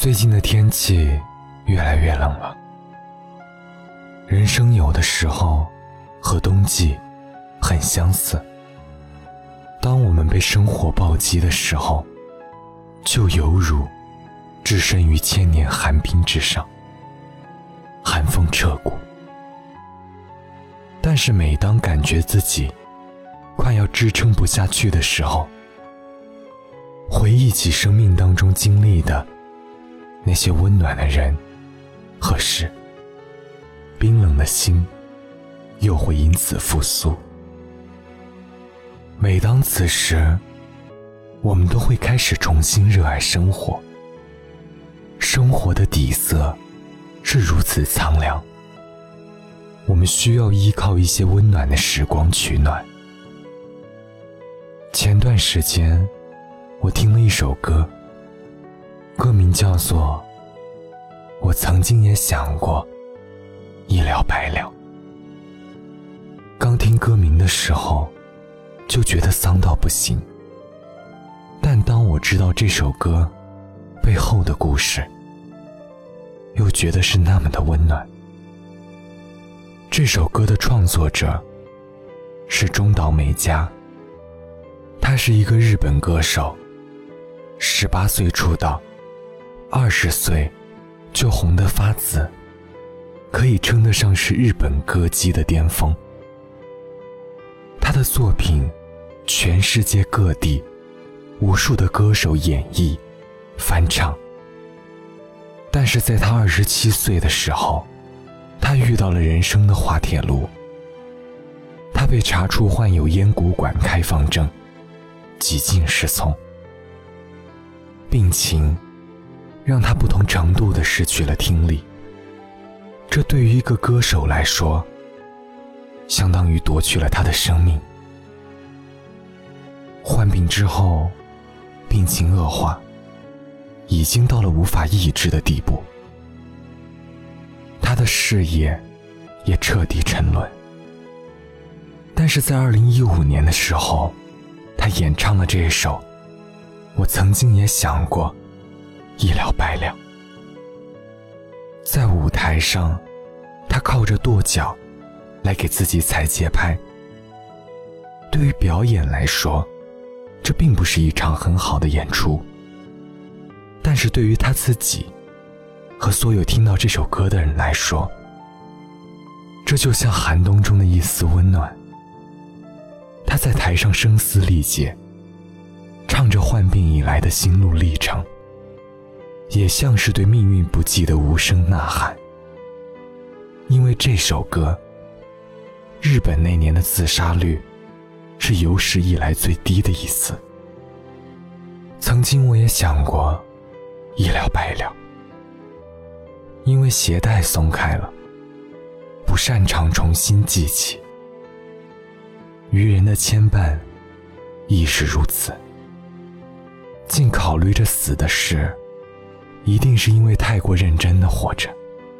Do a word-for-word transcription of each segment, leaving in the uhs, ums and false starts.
最近的天气越来越冷了，人生有的时候和冬季很相似。当我们被生活暴击的时候，就犹如置身于千年寒冰之上，寒风彻骨。但是每当感觉自己快要支撑不下去的时候，回忆起生命当中经历的那些温暖的人和事，冰冷的心又会因此复苏。每当此时，我们都会开始重新热爱生活。生活的底色是如此苍凉，我们需要依靠一些温暖的时光取暖。前段时间我听了一首歌，歌名叫做《我曾经也想过一了百了》。刚听歌名的时候就觉得丧到不行，但当我知道这首歌背后的故事，又觉得是那么的温暖。这首歌的创作者是中岛美嘉，他是一个日本歌手，十八岁出道，二十岁就红得发紫，可以称得上是日本歌姬的巅峰。他的作品全世界各地无数的歌手演绎翻唱。但是在他二十七岁的时候，他遇到了人生的滑铁卢。他被查出患有咽鼓管开放症，几近失聪。病情让他不同程度地失去了听力，这对于一个歌手来说，相当于夺去了他的生命。患病之后，病情恶化，已经到了无法抑制的地步。他的事业也彻底沉沦。但是在二零一五年的时候，他演唱了这首《我曾经也想过一了百了》。在舞台上，他靠着跺脚来给自己踩节拍。对于表演来说，这并不是一场很好的演出，但是对于他自己和所有听到这首歌的人来说，这就像寒冬中的一丝温暖。他在台上声嘶力竭，唱着患病以来的心路历程，也像是对命运不济的无声呐喊。因为这首歌，日本那年的自杀率是有史以来最低的一次。曾经我也想过一了百了，因为鞋带松开了，不擅长重新系起。愚人的牵绊亦是如此，竟考虑着死的事，一定是因为太过认真地活着。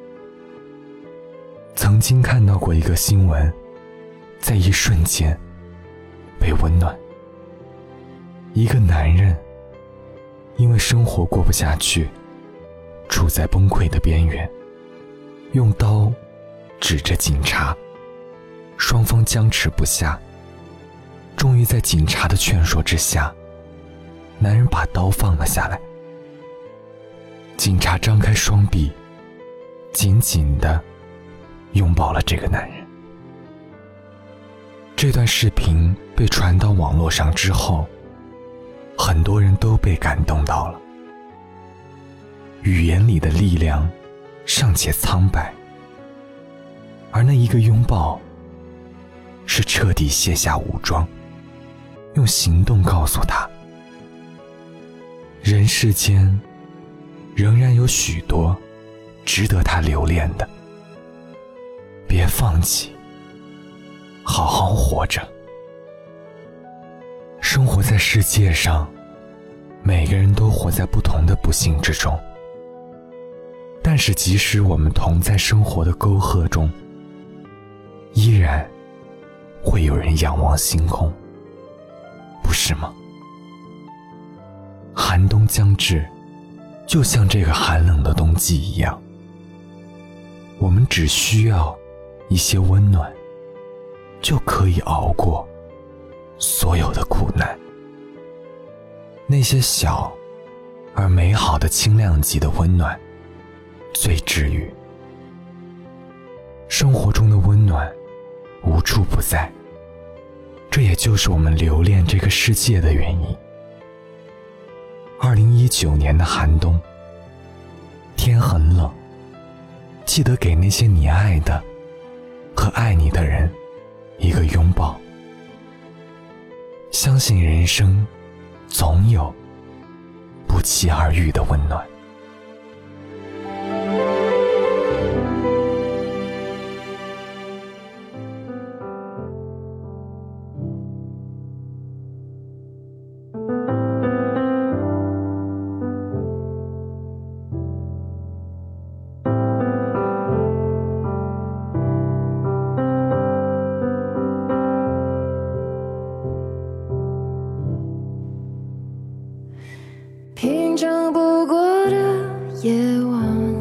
曾经看到过一个新闻，在一瞬间被温暖。一个男人因为生活过不下去，处在崩溃的边缘，用刀指着警察，双方僵持不下。终于在警察的劝说之下，男人把刀放了下来。警察张开双臂，紧紧地拥抱了这个男人。这段视频被传到网络上之后，很多人都被感动到了。语言里的力量尚且苍白，而那一个拥抱是彻底卸下武装，用行动告诉他，人世间仍然有许多值得他留恋的。别放弃，好好活着。生活在世界上，每个人都活在不同的不幸之中，但是即使我们同在生活的沟壑中，依然会有人仰望星空，不是吗？寒冬将至， 就像这个寒冷的冬季一样，我们只需要一些温暖，就可以熬过所有的苦难。那些小而美好的轻量级的温暖最治愈。生活中的温暖无处不在，这也就是我们留恋这个世界的原因。二零一九年的寒冬，天很冷，记得给那些你爱的和爱你的人一个拥抱。相信人生总有不期而遇的温暖。 平常不过的夜晚，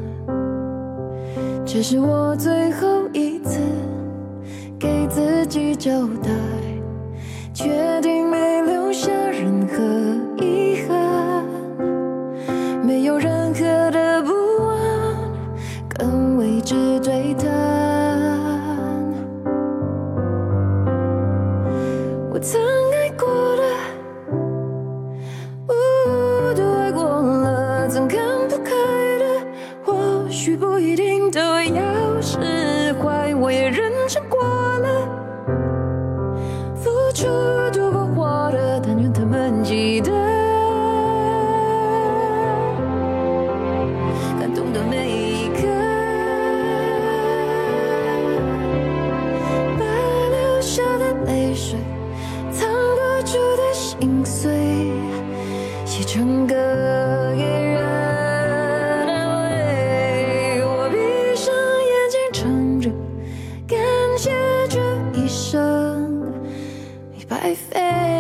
这是我最后一次给自己交代，确定没留下任何遗憾，没有任何的不安跟未知对谈。我曾爱过的不一定都要释怀，我也认真过了，付出多过活的，但愿他们记得感动的每一刻，把流下的泪水，藏不住的心碎，写成歌给人。白费。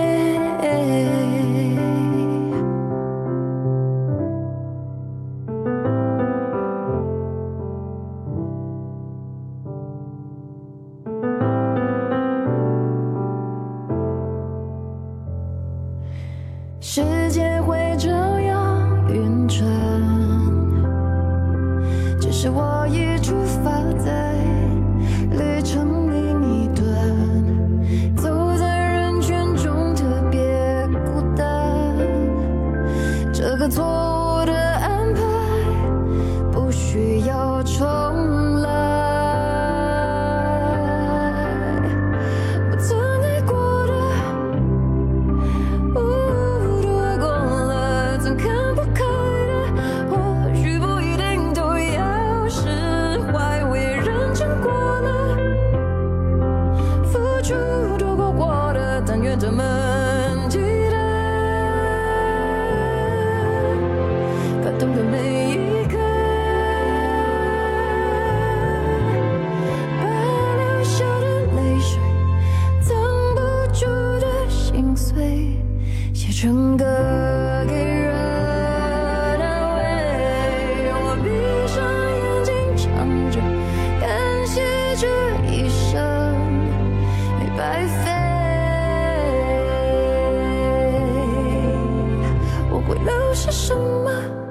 时间会这样运转，只是我已出发在旅程另一端，走这个错误的安排不需要重来。我曾爱过的，呜，都爱过了，曾看不开的，或许不一定都要释怀，我也认真过了，付出多过过的，但愿他们记得感动的每一刻，把流下的泪水，藏不住的心碎，写成歌给人安慰。我闭上眼睛，唱着感谢这一生没白费。我会留下什么？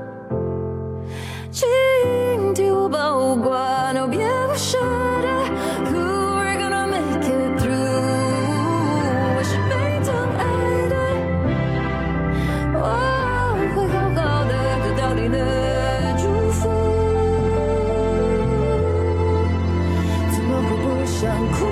请替我保管，哦，别不舍得。Who are gonna make it through？ 我是被疼爱的，我会好好的得到你的祝福，怎么会不想哭？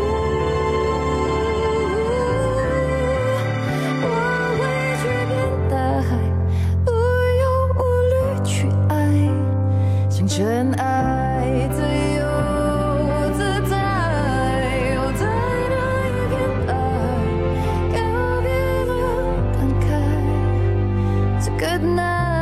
我会去遍大海，无忧无虑去爱。真爱自由自在，我在那一片大海，告别了感慨。So good night。